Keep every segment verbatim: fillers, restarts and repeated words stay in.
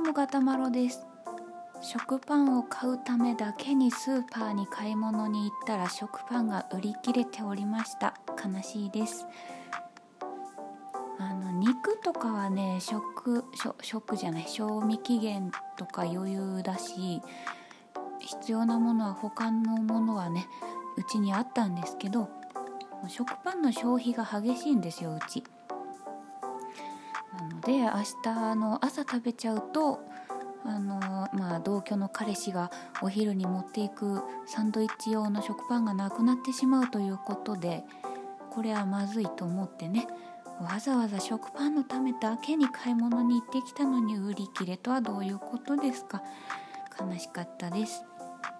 もガタマロです。食パンを買うためだけにスーパーに買い物に行ったら食パンが売り切れておりました。悲しいです。あの肉とかはね、食食じゃない賞味期限とか余裕だし、必要なものは他のものはねうちにあったんですけど、食パンの消費が激しいんですよ、うち。なので明日の朝食べちゃうとあのまあ、同居の彼氏がお昼に持っていくサンドイッチ用の食パンがなくなってしまうということで、これはまずいと思ってね、わざわざ食パンのためだけに買い物に行ってきたのに売り切れとはどういうことですか。悲しかったです。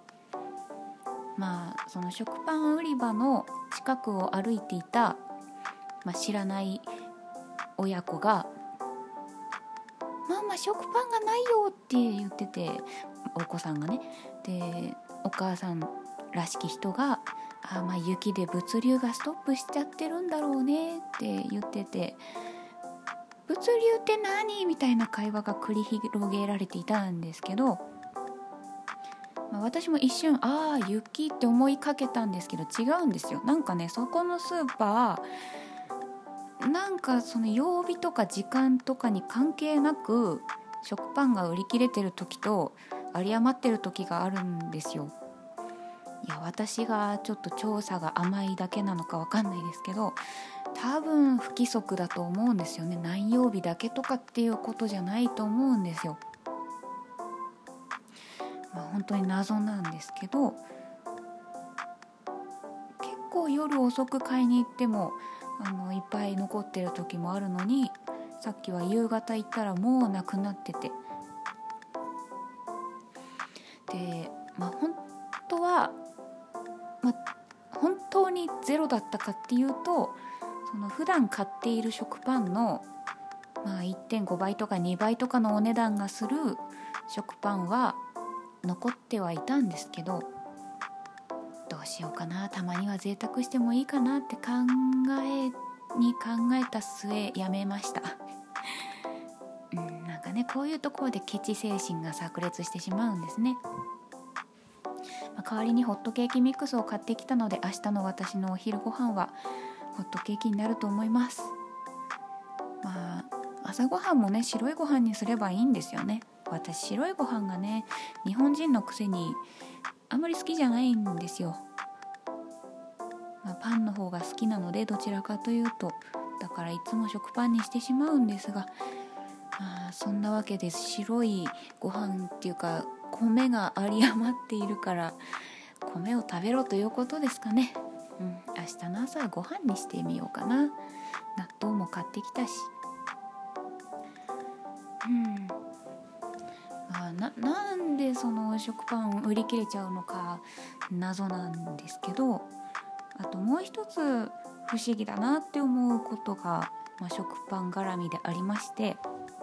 まあその食パン売り場の近くを歩いていた、まあ、知らない親子がママ食パンがないよって言ってて、お子さんがね、でお母さんらしき人があまあ雪で物流がストップしちゃってるんだろうねって言ってて、物流って何みたいな会話が繰り広げられていたんですけど、まあ、私も一瞬ああ雪って思いかけたんですけど違うんですよ。なんかね、そこのスーパーなんかその曜日とか時間とかに関係なく食パンが売り切れてる時と有り余ってる時があるんですよ。いや私がちょっと調査が甘いだけなのかわかんないですけど、多分不規則だと思うんですよね。何曜日だけとかっていうことじゃないと思うんですよ。まあ、本当に謎なんですけど、結構夜遅く買いに行ってもあのいっぱい残ってる時もあるのに、さっきは夕方行ったらもうなくなってて、で、まあ、本当は、まあ、本当にゼロだったかっていうと、その普段買っている食パンの、まあ、いってんごばいとかにばいとかのお値段がする食パンは残ってはいたんですけど、どうしようかな、たまには贅沢してもいいかなって考えに考えた末やめましたうん、なんかね、こういうところでケチ精神が炸裂してしまうんですね。まあ、代わりにホットケーキミックスを買ってきたので、明日の私のお昼ご飯はホットケーキになると思います。まあ朝ごはんもね白いご飯にすればいいんですよね。私白いご飯がね日本人のくせにあんまり好きじゃないんですよ。まあ、パンの方が好きなので、どちらかというと、だからいつも食パンにしてしまうんですが、まあ、そんなわけで白いご飯っていうか米が有り余っているから米を食べろということですかね。うん、明日の朝はご飯にしてみようかな。納豆も買ってきたし、うんあな、なんでその食パン売り切れちゃうのか謎なんですけど、あともう一つ不思議だなって思うことが、まあ、食パン絡みでありまして、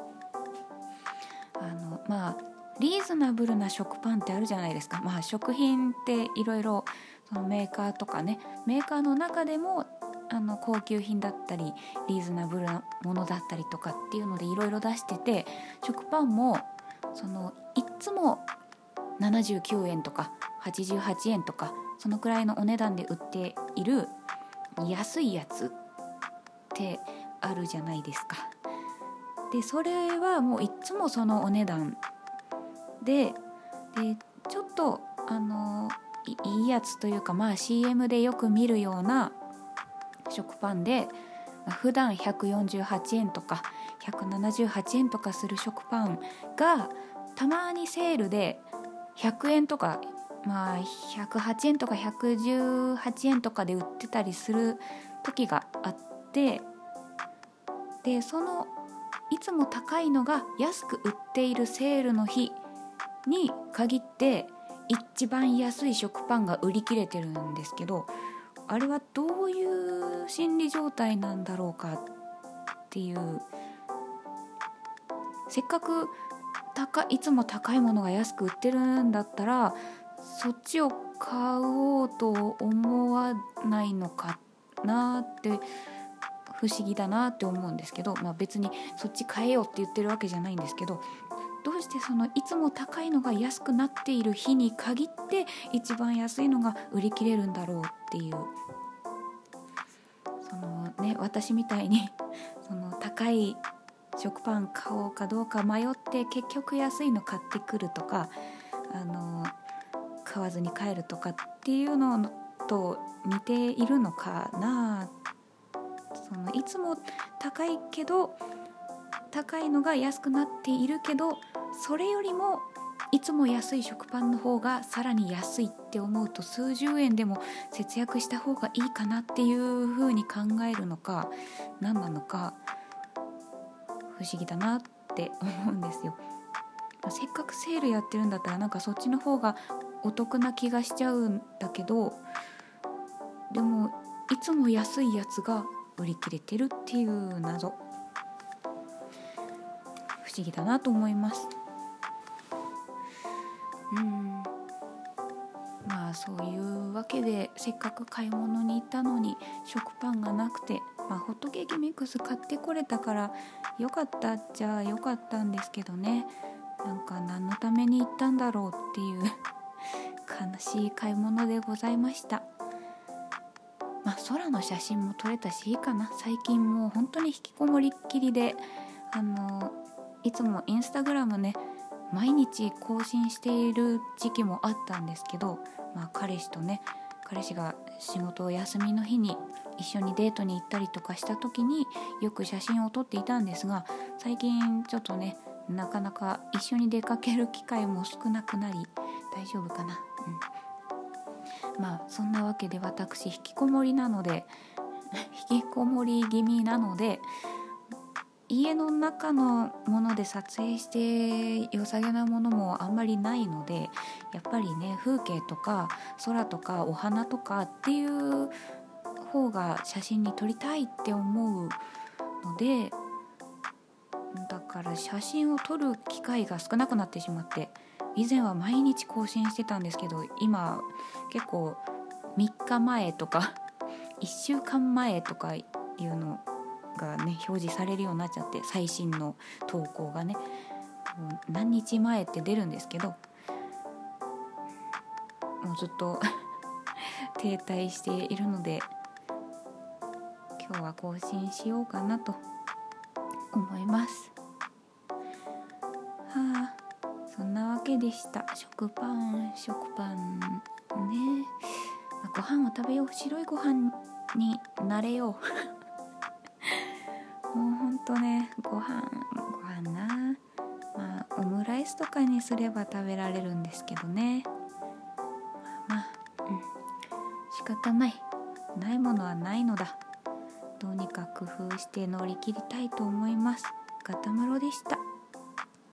あのまあリーズナブルな食パンってあるじゃないですか。まあ食品っていろいろそのメーカーとかね、メーカーの中でもあの高級品だったりリーズナブルなものだったりとかっていうのでいろいろ出してて、食パンもそのいつもななじゅうきゅうえんとかはちじゅうはちえんとかそのくらいのお値段で売っている安いやつってあるじゃないですか。でそれはもういつもそのお値段で、でちょっとあのいいやつというか、まあ シーエム でよく見るような食パンで、普段ひゃくよんじゅうはちえんとかひゃくななじゅうはちえんとかする食パンがたまにセールでひゃくえんとか、まあひゃくはちえんとかひゃくじゅうはちえんとかで売ってたりする時があって、でそのいつも高いのが安く売っているセールの日に限って一番安い食パンが売り切れてるんですけど、あれはどういう心理状態なんだろうかっていう。せっかく高いつも高いものが安く売ってるんだったらそっちを買おうと思わないのかなって不思議だなって思うんですけど、まあ、別にそっち買えよって言ってるわけじゃないんですけど、 どうしてそのいつも高いのが安くなっている日に限って一番安いのが売り切れるんだろうっていう、そのね、私みたいにその高い食パン買おうかどうか迷って結局安いの買ってくるとか、あの買わずに帰るとかっていうのと似ているのかな。そのいつも高いけど高いのが安くなっているけど、それよりもいつも安い食パンの方がさらに安いって思うと、数十円でも節約した方がいいかなっていう風に考えるのか何なのか不思議だなって思うんですよ。せっかくセールやってるんだったらなんかそっちの方がお得な気がしちゃうんだけど、でもいつも安いやつが売り切れてるっていう謎、不思議だなと思います。うーんまあそういうわけで、せっかく買い物に行ったのに食パンがなくて、まあ、ホットケーキミックス買ってこれたからよかったっちゃよかったんですけどね、なんか何のために行ったんだろうっていう悲しい買い物でございました。まあ空の写真も撮れたしいいかな。最近もう本当に引きこもりっきりで、あのいつもインスタグラムね毎日更新している時期もあったんですけど、まあ、彼氏とね彼氏が仕事を休みの日に一緒にデートに行ったりとかした時によく写真を撮っていたんですが、最近ちょっとねなかなか一緒に出かける機会も少なくなり、大丈夫かな、うん、まあそんなわけで私引きこもりなので引きこもり気味なので、家の中のもので撮影して良さげなものもあんまりないので、やっぱりね風景とか空とかお花とかっていう方が写真に撮りたいって思うので、だから写真を撮る機会が少なくなってしまって、以前は毎日更新してたんですけど、今結構みっかまえとかいっしゅうかんまえとかいうのがね表示されるようになっちゃって、最新の投稿がねもう何日前って出るんですけど、もうずっと停滞しているので、今日は更新しようかなと思います。はあ、そんなわけでした。食パン食パンね、ご飯を食べよう、白いご飯になれようもうほんとね、ご飯ご飯な、まあオムライスとかにすれば食べられるんですけどね、まあ、うん、仕方ない、ないものはないのだ。どうにか工夫して乗り切りたいと思います。ガタマロでした。